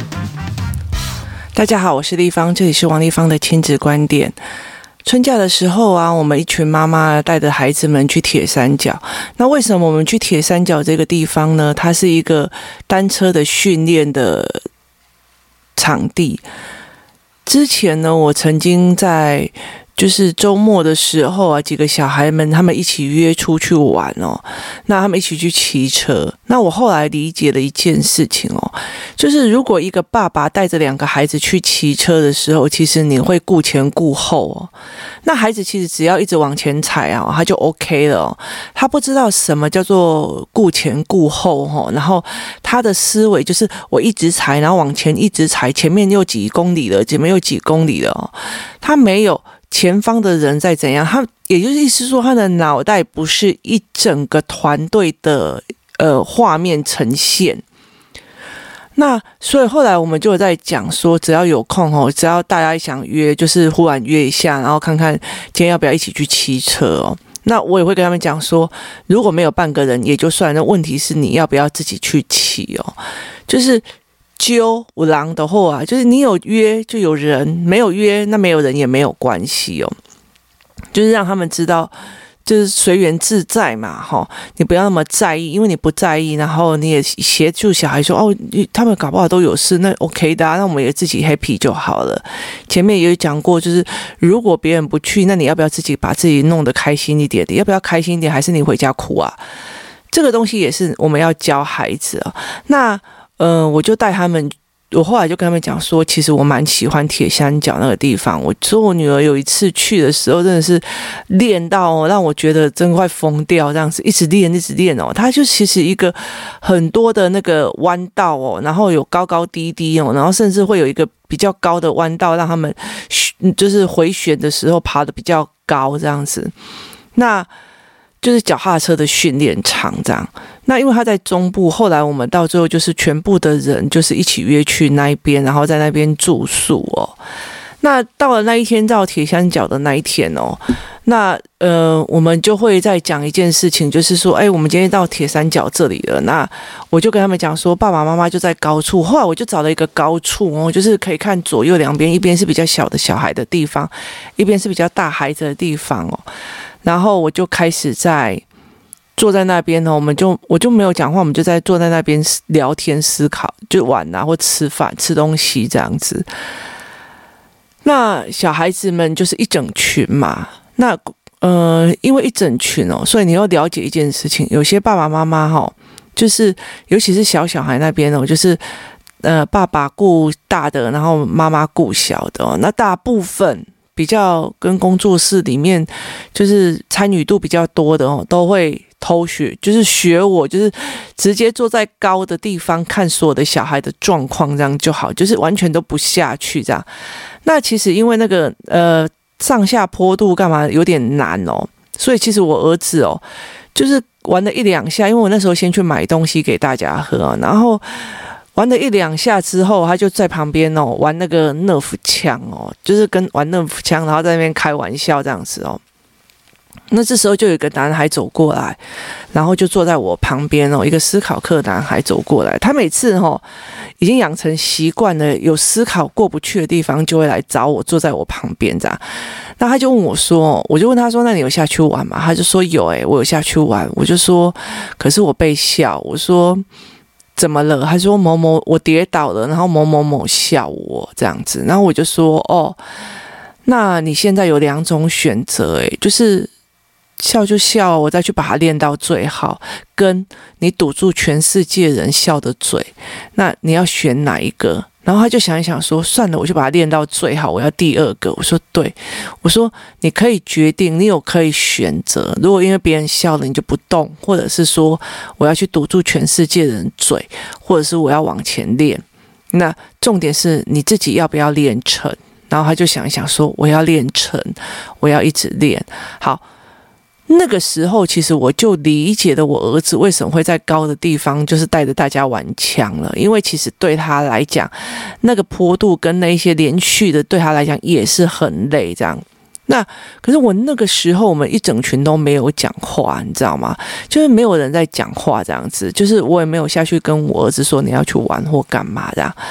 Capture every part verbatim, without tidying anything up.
大家好，我是丽芳，这里是王丽芳的亲子观点。春假的时候啊，我们一群妈妈带着孩子们去铁三角。那为什么我们去铁三角这个地方呢？它是一个单车的训练的场地。之前呢，我曾经在就是周末的时候啊，几个小孩们他们一起约出去玩哦，那他们一起去骑车。那我后来理解了一件事情哦，就是如果一个爸爸带着两个孩子去骑车的时候，其实你会顾前顾后哦。那孩子其实只要一直往前踩啊，他就 OK 了哦。他不知道什么叫做顾前顾后哦，然后他的思维就是我一直踩，然后往前一直踩，前面又几公里了，前面又几公里了哦。他没有前方的人在怎样，他也就是意思说，他的脑袋不是一整个团队的呃画面呈现。那所以后来我们就在讲说，只要有空哦，只要大家想约，就是忽然约一下，然后看看今天要不要一起去骑车哦。那我也会跟他们讲说，如果没有半个人也就算，那问题是你要不要自己去骑哦，就是揪有狼的话啊，就是你有约就有人，没有约那没有人也没有关系哦，就是让他们知道，就是随缘自在嘛，哈，你不要那么在意，因为你不在意，然后你也协助小孩说，哦，他们搞不好都有事，那 OK 的啊，那我们也自己 happy 就好了。前面也有讲过，就是如果别人不去，那你要不要自己把自己弄得开心一点？你要不要开心一点？还是你回家哭啊？这个东西也是我们要教孩子啊。那呃，我就带他们，我后来就跟他们讲说，其实我蛮喜欢铁三角那个地方。我说我女儿有一次去的时候，真的是练到哦，让我觉得真快疯掉，这样子一直练一直练哦。它就其实一个很多的那个弯道哦，然后有高高低低哦，然后甚至会有一个比较高的弯道，让他们就是回旋的时候爬得比较高这样子。那就是脚踏车的训练场这样。那因为他在中部，后来我们到最后就是全部的人就是一起约去那一边，然后在那边住宿哦。那到了那一天，到铁三角的那一天哦，那呃我们就会再讲一件事情，就是说，哎，我们今天到铁三角这里了。那我就跟他们讲说，爸爸妈妈就在高处。后来我就找了一个高处哦，就是可以看左右两边，一边是比较小的小孩的地方，一边是比较大孩子的地方哦。然后我就开始在坐在那边呢，我们就我就没有讲话，我们就在坐在那边聊天思考，就玩啊或吃饭吃东西这样子。那小孩子们就是一整群嘛，那呃因为一整群哦，所以你要了解一件事情，有些爸爸妈妈哈，就是尤其是小小孩那边哦，就是呃爸爸顾大的，然后妈妈顾小的哦，那大部分比较跟工作室里面就是参与度比较多的哦，都会偷学，就是学我，就是直接坐在高的地方看所有的小孩的状况，这样就好，就是完全都不下去这样。那其实因为那个呃上下坡度干嘛有点难哦，所以其实我儿子哦，就是玩了一两下，因为我那时候先去买东西给大家喝哦，然后玩了一两下之后，他就在旁边哦玩那个nerf枪哦，就是跟玩nerf枪，然后在那边开玩笑这样子哦。那这时候就有一个男孩走过来，然后就坐在我旁边哦，一个思考课男孩走过来，他每次哦已经养成习惯了，有思考过不去的地方就会来找我，坐在我旁边这样。那他就问我说，我就问他说，那你有下去玩吗？他就说有诶、欸，我有下去玩。我就说，可是我被笑。我说怎么了？他说某某我跌倒了，然后某某某笑我这样子。然后我就说哦，那你现在有两种选择诶，就是笑就笑，我再去把它练到最好，跟你堵住全世界人笑的嘴，那你要选哪一个？然后他就想一想说，算了，我就把它练到最好，我要第二个。我说对，我说你可以决定，你有可以选择，如果因为别人笑了你就不动，或者是说我要去堵住全世界人嘴，或者是我要往前练，那重点是你自己要不要练成。然后他就想一想说，我要练成，我要一直练好。那个时候其实我就理解了我儿子为什么会在高的地方就是带着大家玩枪了，因为其实对他来讲那个坡度跟那一些连续的对他来讲也是很累这样。那可是我那个时候我们一整群都没有讲话，你知道吗？就是没有人在讲话这样子，就是我也没有下去跟我儿子说你要去玩或干嘛这样。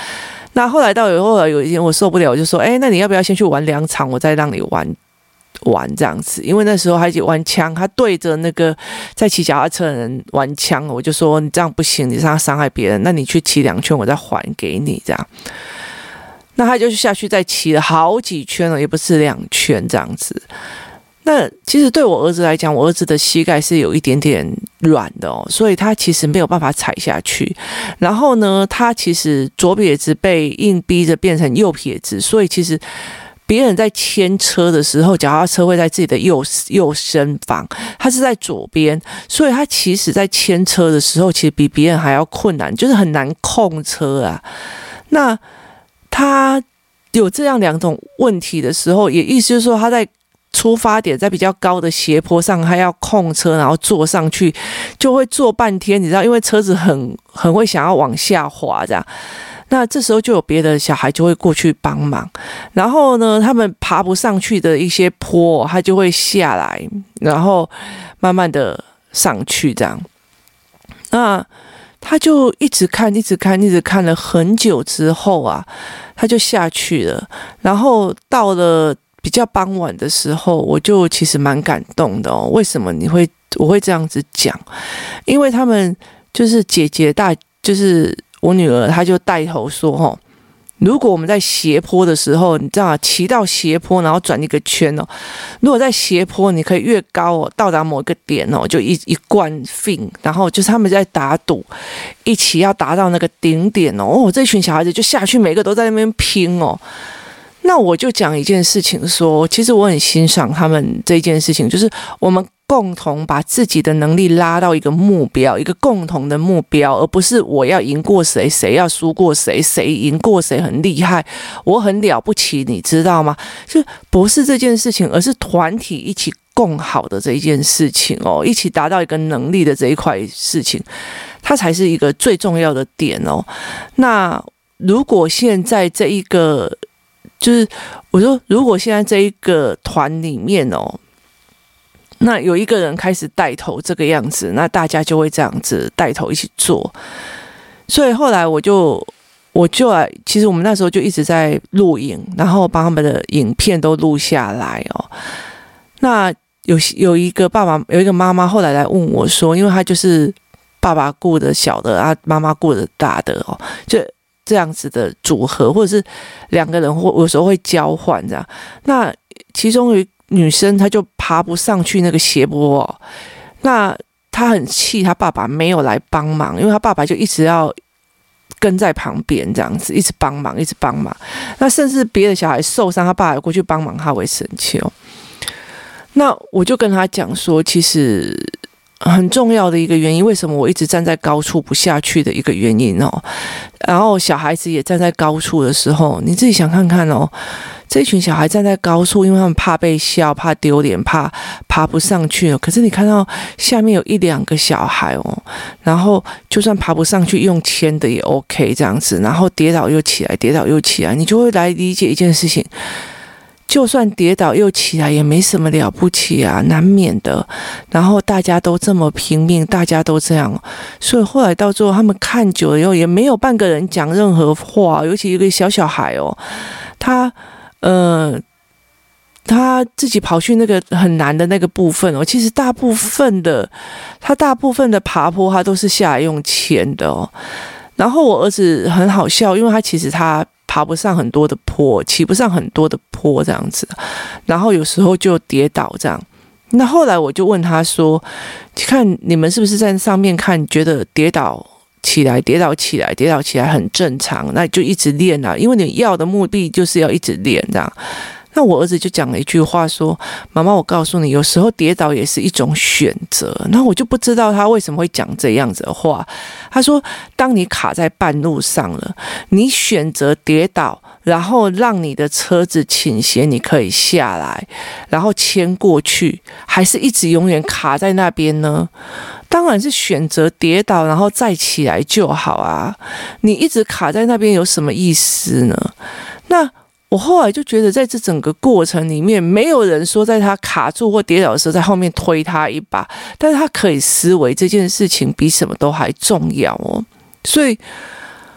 那后来到有后来有一天我受不了，我就说，哎，那你要不要先去玩两场，我再让你玩玩这样子？因为那时候还玩枪，他对着那个在骑脚踏车的人玩枪，我就说你这样不行，你这样伤害别人，那你去骑两圈，我再还给你这样。那他就下去再骑了好几圈了，也不是两圈这样子。那其实对我儿子来讲，我儿子的膝盖是有一点点软的哦，所以他其实没有办法踩下去。然后呢，他其实左撇子被硬逼着变成右撇子，所以其实别人在牵车的时候，脚踏车会在自己的右右身方，他是在左边，所以他其实在牵车的时候，其实比别人还要困难，就是很难控车啊。那他有这样两种问题的时候，也意思就是说他在出发点在比较高的斜坡上，他要控车，然后坐上去就会坐半天，你知道，因为车子很很会想要往下滑这样。那这时候就有别的小孩就会过去帮忙，然后呢，他们爬不上去的一些坡，他就会下来，然后慢慢的上去这样。那他就一直看，一直看，一直看了很久之后啊，他就下去了。然后到了比较傍晚的时候，我就其实蛮感动的哦。为什么你会我会这样子讲？因为他们就是姐姐大，就是我女儿，她就带头说哦，如果我们在斜坡的时候，你知道骑到斜坡，然后转一个圈哦。如果在斜坡，你可以越高哦，到达某一个点哦，就一一贯 fin， 然后就是他们在打赌，一起要达到那个顶点哦。哦，这群小孩子就下去，每个都在那边拼哦。那我就讲一件事情说，其实我很欣赏他们这件事情，就是我们共同把自己的能力拉到一个目标，一个共同的目标，而不是我要赢过谁，谁要输过谁，谁赢过谁很厉害，我很了不起，你知道吗？就不是这件事情，而是团体一起共好的这一件事情哦，一起达到一个能力的这一块事情，它才是一个最重要的点哦。那如果现在这一个就是我说，如果现在这一个团里面哦，那有一个人开始带头这个样子，那大家就会这样子带头一起做。所以后来我就我就啊，其实我们那时候就一直在录影，然后把他们的影片都录下来哦。那有有一个爸爸，有一个妈妈后来来问我说，因为他就是爸爸顾的小的啊，妈妈顾的大的哦，就这样子的组合，或者是两个人或有时候会交换这样。那其中有一女生，她就爬不上去那个斜坡哦，那她很气，她爸爸没有来帮忙，因为她爸爸就一直要跟在旁边这样子，一直帮忙，一直帮忙。那甚至别的小孩受伤，他爸爸过去帮忙，他会生气哦。那我就跟他讲说，其实很重要的一个原因，为什么我一直站在高处不下去的一个原因哦。然后小孩子也站在高处的时候，你自己想看看哦，这一群小孩站在高处，因为他们怕被笑，怕丢脸，怕爬不上去哦。可是你看到下面有一两个小孩哦，然后就算爬不上去，用牵的也 OK 这样子，然后跌倒又起来，跌倒又起来，你就会来理解一件事情。就算跌倒又起来也没什么了不起啊，难免的。然后大家都这么拼命，大家都这样，所以后来到最后他们看久了以后，也没有半个人讲任何话。尤其一个小小孩哦，他呃，他自己跑去那个很难的那个部分哦，其实大部分的他大部分的爬坡他都是下来用牵的哦。然后我儿子很好笑，因为他其实他爬不上很多的坡，骑不上很多的坡这样子，然后有时候就跌倒这样。那后来我就问他说，看你们是不是在上面看觉得跌倒起来跌倒起来跌倒起来很正常，那就一直练啊，因为你要的目的就是要一直练这样。那我儿子就讲了一句话说，妈妈我告诉你，有时候跌倒也是一种选择。那我就不知道他为什么会讲这样子的话。他说当你卡在半路上了，你选择跌倒，然后让你的车子倾斜，你可以下来然后牵过去，还是一直永远卡在那边呢？当然是选择跌倒然后再起来就好啊，你一直卡在那边有什么意思呢？那我后来就觉得在这整个过程里面，没有人说在他卡住或跌倒的时候在后面推他一把，但是他可以思维这件事情比什么都还重要哦。所以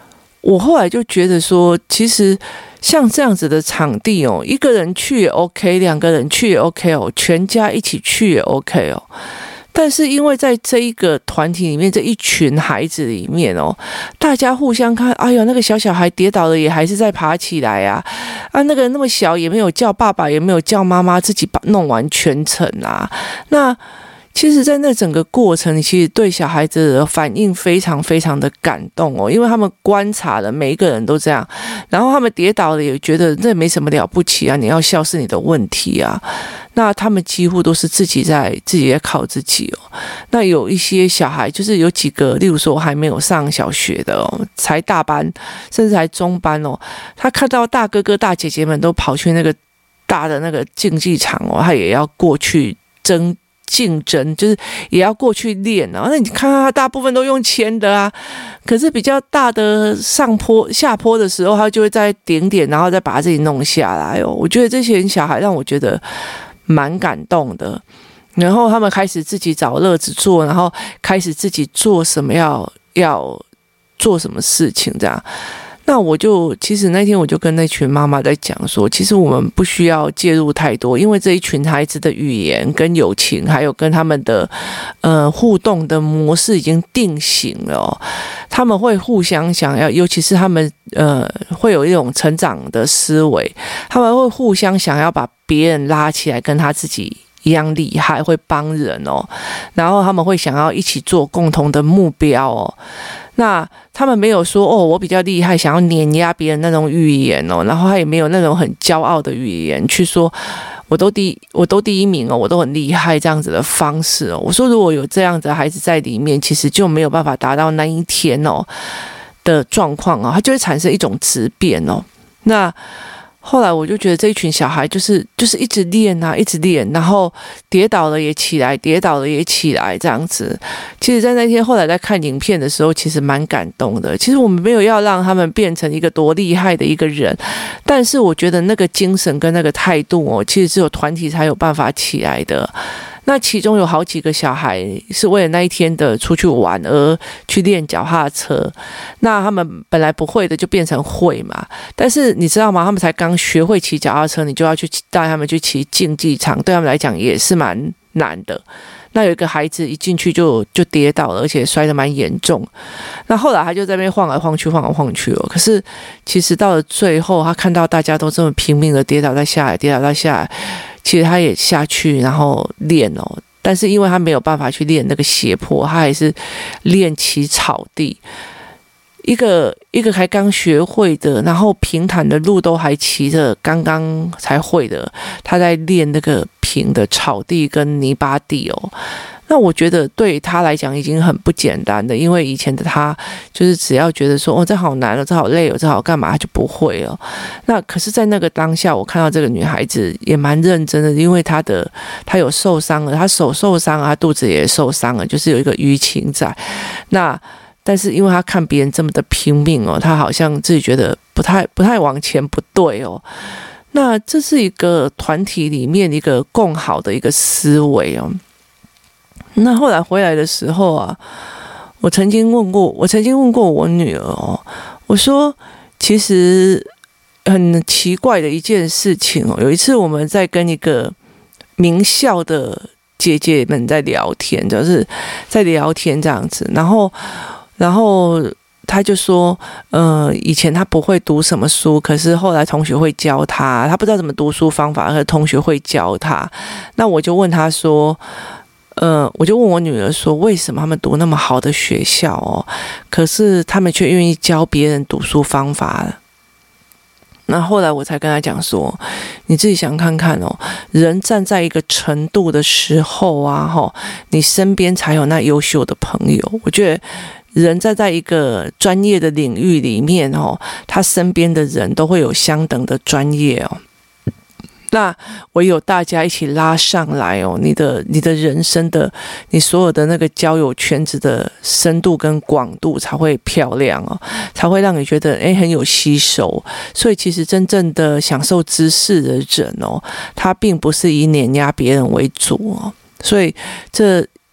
我后来就觉得说，其实像这样子的场地哦，一个人去也 OK， 两个人去也 OK 哦，全家一起去也 OK 哦。但是因为在这一个团体里面，这一群孩子里面哦，大家互相看，哎呦，那个小小孩跌倒了也还是在爬起来啊，啊，那个那么小也没有叫爸爸，也没有叫妈妈，自己把弄完全程啊。那其实，在那整个过程，其实对小孩子的反应非常非常的感动哦，因为他们观察了每一个人都这样，然后他们跌倒了也觉得这没什么了不起啊，你要笑是你的问题啊。那他们几乎都是自己在自己在靠自己哦。那有一些小孩，就是有几个，例如说还没有上小学的哦，才大班，甚至还中班哦，他看到大哥哥大姐姐们都跑去那个大的那个竞技场哦，他也要过去争。竞争就是也要过去练啊，那你看看他大部分都用牵的啊，可是比较大的上坡下坡的时候，他就会在顶点，然后再把自己弄下来哦。我觉得这些小孩让我觉得蛮感动的，然后他们开始自己找乐子做，然后开始自己做什么要要做什么事情这样。那我就其实那天我就跟那群妈妈在讲说，其实我们不需要介入太多，因为这一群孩子的语言跟友情，还有跟他们的呃互动的模式已经定型了哦。他们会互相想要，尤其是他们呃会有一种成长的思维，他们会互相想要把别人拉起来，跟他自己一样厉害，会帮人哦。然后他们会想要一起做共同的目标哦。那他们没有说哦，我比较厉害，想要碾压别人那种语言哦，然后他也没有那种很骄傲的语言去说，我都第我都第一名哦，我都很厉害这样子的方式哦。我说如果有这样的孩子在里面，其实就没有办法达到那一天哦的状况哦，它就会产生一种质变哦。那后来我就觉得这一群小孩就是就是一直练啊，一直练，然后跌倒了也起来，跌倒了也起来这样子。其实，在那天后来在看影片的时候，其实蛮感动的。其实我们没有要让他们变成一个多厉害的一个人，但是我觉得那个精神跟那个态度哦，其实只有团体才有办法起来的。那其中有好几个小孩是为了那一天的出去玩而去练脚踏车，那他们本来不会的就变成会嘛。但是你知道吗？他们才刚学会骑脚踏车，你就要去带他们去骑竞技场，对他们来讲也是蛮难的。那有一个孩子一进去就就跌倒了，而且摔得蛮严重。那后来他就在那边晃来晃去，晃来晃去哦。可是其实到了最后，他看到大家都这么拼命的跌倒再下来，跌倒再下来，其实他也下去然后练哦。但是因为他没有办法去练那个斜坡，他还是练骑草地。一个一个还刚学会的，然后平坦的路都还骑着，刚刚才会的，他在练那个平的草地跟泥巴地哦。那我觉得对他来讲已经很不简单的，因为以前的他就是只要觉得说哦这好难哦，这好累哦，这好干嘛，他就不会哦。那可是在那个当下，我看到这个女孩子也蛮认真的，因为她的她有受伤了，她手受伤了，她肚子也受伤了，就是有一个淤青在。那但是因为他看别人这么的拼命哦，他好像自己觉得不太不太往前不对哦。那这是一个团体里面一个共好的一个思维哦。那后来回来的时候啊，我曾经问过，我曾经问过我女儿哦，我说其实很奇怪的一件事情哦，有一次我们在跟一个名校的姐姐们在聊天，就是在聊天这样子，然后。然后他就说，呃，以前他不会读什么书，可是后来同学会教他，他不知道怎么读书方法，可是同学会教他。那我就问他说，呃，我就问我女儿说，为什么他们读那么好的学校哦，可是他们却愿意教别人读书方法？那后来我才跟他讲说，你自己想看看哦，人站在一个程度的时候啊，吼，你身边才有那优秀的朋友。我觉得。人站在一个专业的领域里面哦，他身边的人都会有相等的专业哦。那唯有大家一起拉上来哦，你的你的人生的你所有的那个交友圈子的深度跟广度才会漂亮哦，才会让你觉得诶很有吸收。所以其实真正的享受知识的人哦，他并不是以碾压别人为主哦。所以这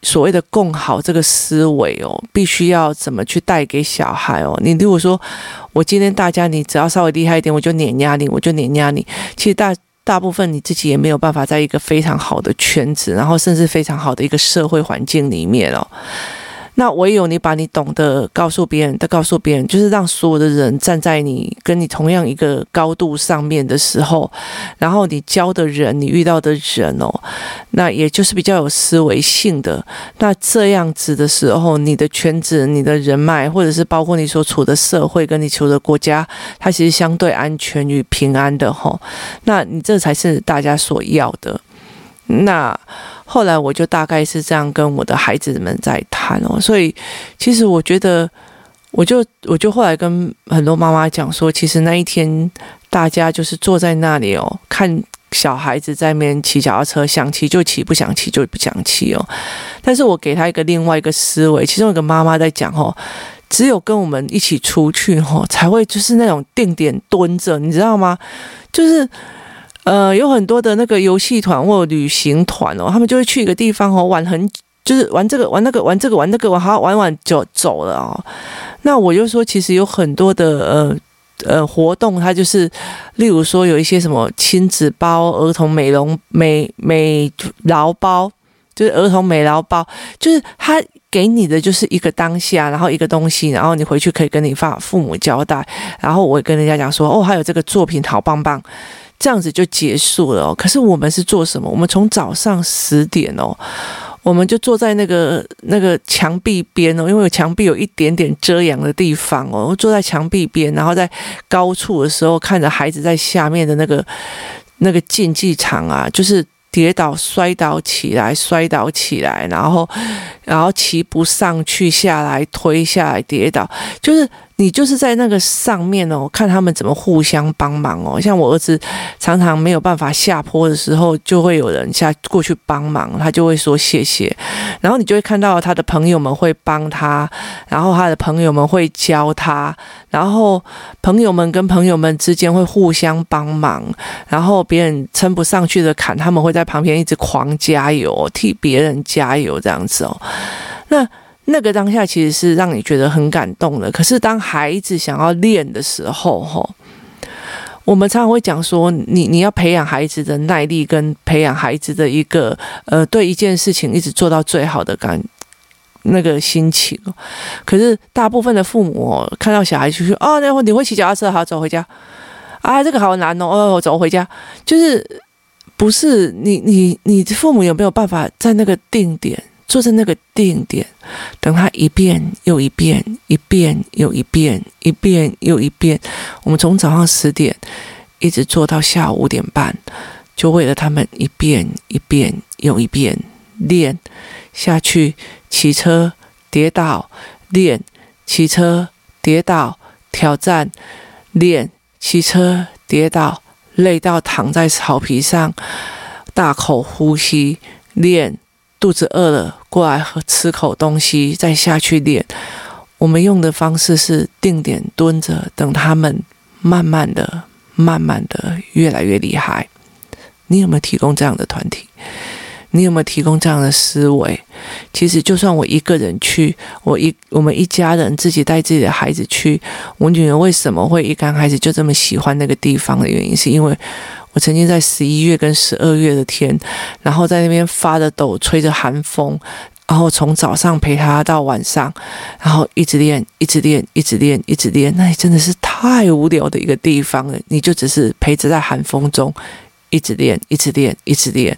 所谓的共好这个思维哦，必须要怎么去带给小孩哦？你如果说我今天大家你只要稍微厉害一点，我就碾压你，我就碾压你，其实大大部分你自己也没有办法在一个非常好的圈子，然后甚至非常好的一个社会环境里面哦。那唯有你把你懂得告诉别人的告诉别人，就是让所有的人站在你跟你同样一个高度上面的时候，然后你教的人，你遇到的人哦，那也就是比较有思维性的。那这样子的时候，你的圈子、你的人脉，或者是包括你所处的社会跟你处的国家，它其实相对安全与平安的吼。那你这才是大家所要的。那后来我就大概是这样跟我的孩子们在谈哦，所以其实我觉得，我就我就后来跟很多妈妈讲说，其实那一天大家就是坐在那里哦，看小孩子在那边骑脚踏车，想骑就骑，不想骑就不想骑哦。但是我给他一个另外一个思维，其中有个妈妈在讲哦，只有跟我们一起出去哦，才会就是那种定点蹲着，你知道吗？就是。呃，有很多的那个游戏团或旅行团哦，他们就会去一个地方哦，玩很就是玩这个玩那个玩这个玩那个玩，好玩完就走了哦。那我就说，其实有很多的呃呃活动，它就是例如说有一些什么亲子包、儿童美容美美劳包，就是儿童美劳包，就是它给你的就是一个当下，然后一个东西，然后你回去可以跟你父父母交代，然后我也跟人家讲说，哦，还有这个作品好棒棒。这样子就结束了哦。可是我们是做什么？我们从早上十点哦，我们就坐在那个那个墙壁边哦，因为墙壁有一点点遮阳的地方哦，坐在墙壁边，然后在高处的时候看着孩子在下面的那个那个竞技场啊，就是跌倒摔倒起来摔倒起来，然后然后骑不上去下来推下来跌倒，就是你就是在那个上面哦，看他们怎么互相帮忙哦。像我儿子常常没有办法下坡的时候，就会有人下过去帮忙，他就会说谢谢。然后你就会看到他的朋友们会帮他，然后他的朋友们会教他，然后朋友们跟朋友们之间会互相帮忙，然后别人撑不上去的坎，他们会在旁边一直狂加油，替别人加油这样子哦。那那个当下其实是让你觉得很感动的，可是当孩子想要练的时候，吼，我们常常会讲说，你你要培养孩子的耐力，跟培养孩子的一个呃对一件事情一直做到最好的感那个心情。可是大部分的父母哦，看到小孩就说，哦，那你会骑脚踏车，好，走回家。啊，这个好难哦，哦，走回家。就是不是你你你父母有没有办法在那个定点？坐在那个定点，等他一遍又一遍，一遍又一遍，一遍又一遍。我们从早上十点一直做到下午五点半，就为了他们一遍一遍又一遍练下去。骑车跌倒，练骑车跌倒，挑战练骑车跌倒，累到躺在草皮上，大口呼吸练。肚子饿了，过来喝吃口东西，再下去练。我们用的方式是定点蹲着，等他们慢慢的、慢慢的越来越厉害。你有没有提供这样的团体？你有没有提供这样的思维？其实就算我一个人去，我一我们一家人自己带自己的孩子去，我女儿为什么会一刚开始就这么喜欢那个地方的原因，是因为我曾经在十一月跟十二月的天，然后在那边发着抖，吹着寒风，然后从早上陪他到晚上，然后一直练，一直练，一直练，一直练。那里真的是太无聊的一个地方了，你就只是陪着在寒风中一直练，一直练，一直练。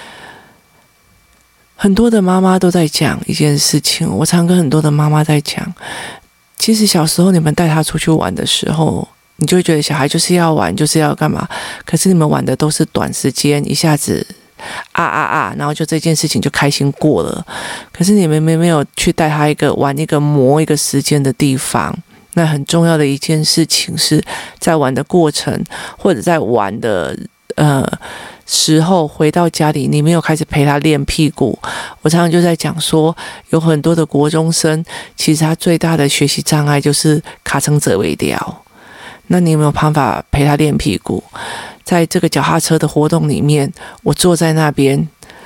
很多的妈妈都在讲一件事情，我常跟很多的妈妈在讲，其实小时候你们带他出去玩的时候，你就会觉得小孩就是要玩，就是要干嘛？可是你们玩的都是短时间，一下子啊啊啊，然后就这件事情就开心过了。可是你们没没有去带他一个玩一个磨一个时间的地方。那很重要的一件事情是在玩的过程，或者在玩的呃时候回到家里，你没有开始陪他练屁股。我常常就在讲说，有很多的国中生，其实他最大的学习障碍就是卡成者为掉。那你有没有办法陪他练屁股？在这个脚踏车的活动里面，我坐在那边，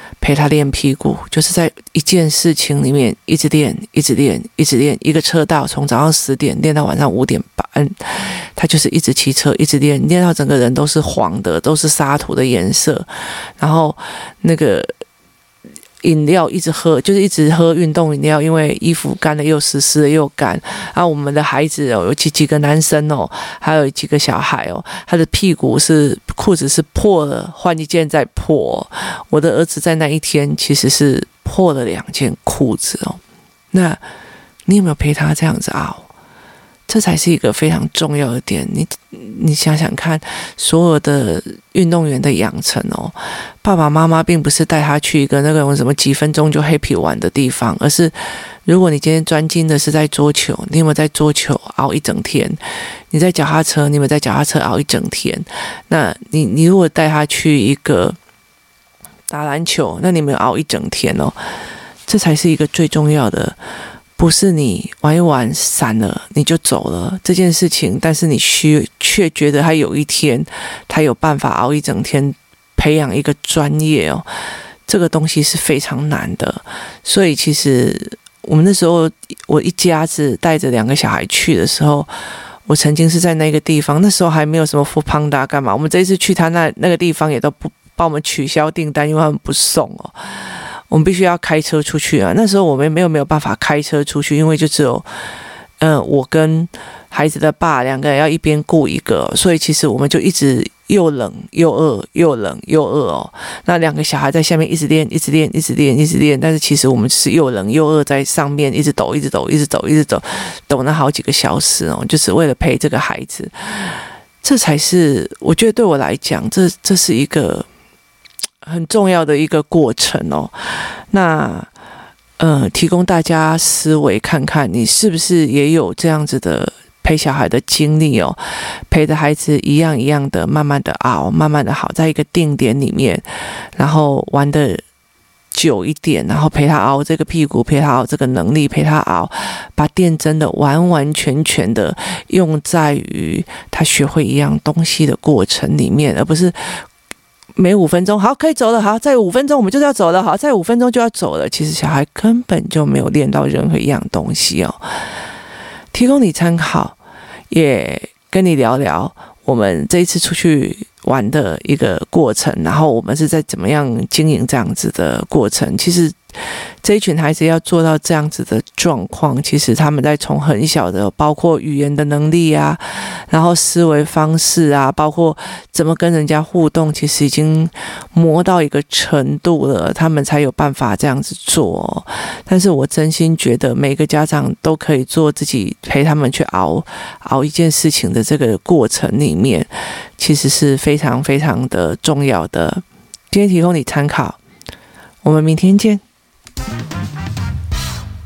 陪他练屁股，就是在一件事情里面一直练，一直练，一直练。一个车道从早上十点练到晚上五点半，他就是一直骑车，一直练，练到整个人都是黄的，都是沙土的颜色。然后那个饮料一直喝，就是一直喝运动饮料，因为衣服干了又湿，湿了又干。然后我们的孩子哦，有几几个男生哦，还有几个小孩哦，他的屁股是裤子是破了，换一件再破。我的儿子在那一天其实是破了两件裤子哦。那你有没有陪他这样子熬？这才是一个非常重要的点。你你想想看，所有的运动员的养成哦，爸爸妈妈并不是带他去一个那个什么几分钟就 happy 玩的地方，而是如果你今天专精的是在桌球，你有没有在桌球熬一整天？你在脚踏车，你有没有在脚踏车熬一整天？那你你如果带他去一个打篮球，那你们熬一整天哦，这才是一个最重要的。不是你玩一玩散了你就走了这件事情，但是你需却觉得他有一天他有办法熬一整天，培养一个专业哦，这个东西是非常难的。所以其实我们那时候我一家子带着两个小孩去的时候，我曾经是在那个地方，那时候还没有什么 Foodpanda 干嘛，我们这一次去他那那个地方也都不帮我们取消订单，因为他们不送哦。我们必须要开车出去啊！那时候我们没有没有办法开车出去，因为就只有，嗯、呃，我跟孩子的爸两个人要一边顾一个，所以其实我们就一直又冷又饿，又冷又饿哦。那两个小孩在下面一直练，一直练，一直练，一直练，但是其实我们是又冷又饿，在上面一直抖，一直抖，一直抖，一直抖，抖了好几个小时哦，就是为了陪这个孩子。这才是我觉得对我来讲，这这是一个很重要的一个过程哦。那呃，提供大家思维看看，你是不是也有这样子的陪小孩的经历哦？陪着孩子一样一样的，慢慢的熬，慢慢的好，在一个定点里面，然后玩的久一点，然后陪他熬这个屁股，陪他熬这个能力，陪他熬，把电真的完完全全的用在于他学会一样东西的过程里面，而不是每五分钟好可以走了，好再五分钟我们就是要走了，好再五分钟就要走了。其实小孩根本就没有练到任何一样东西哦。提供你参考，也跟你聊聊我们这一次出去玩的一个过程，然后我们是在怎么样经营这样子的过程。其实这一群孩子要做到这样子的状况，其实他们在从很小的，包括语言的能力啊，然后思维方式啊，包括怎么跟人家互动，其实已经磨到一个程度了，他们才有办法这样子做哦。但是我真心觉得每个家长都可以做自己，陪他们去熬熬一件事情的这个过程里面，其实是非常非常的重要的。今天提供你参考，我们明天见。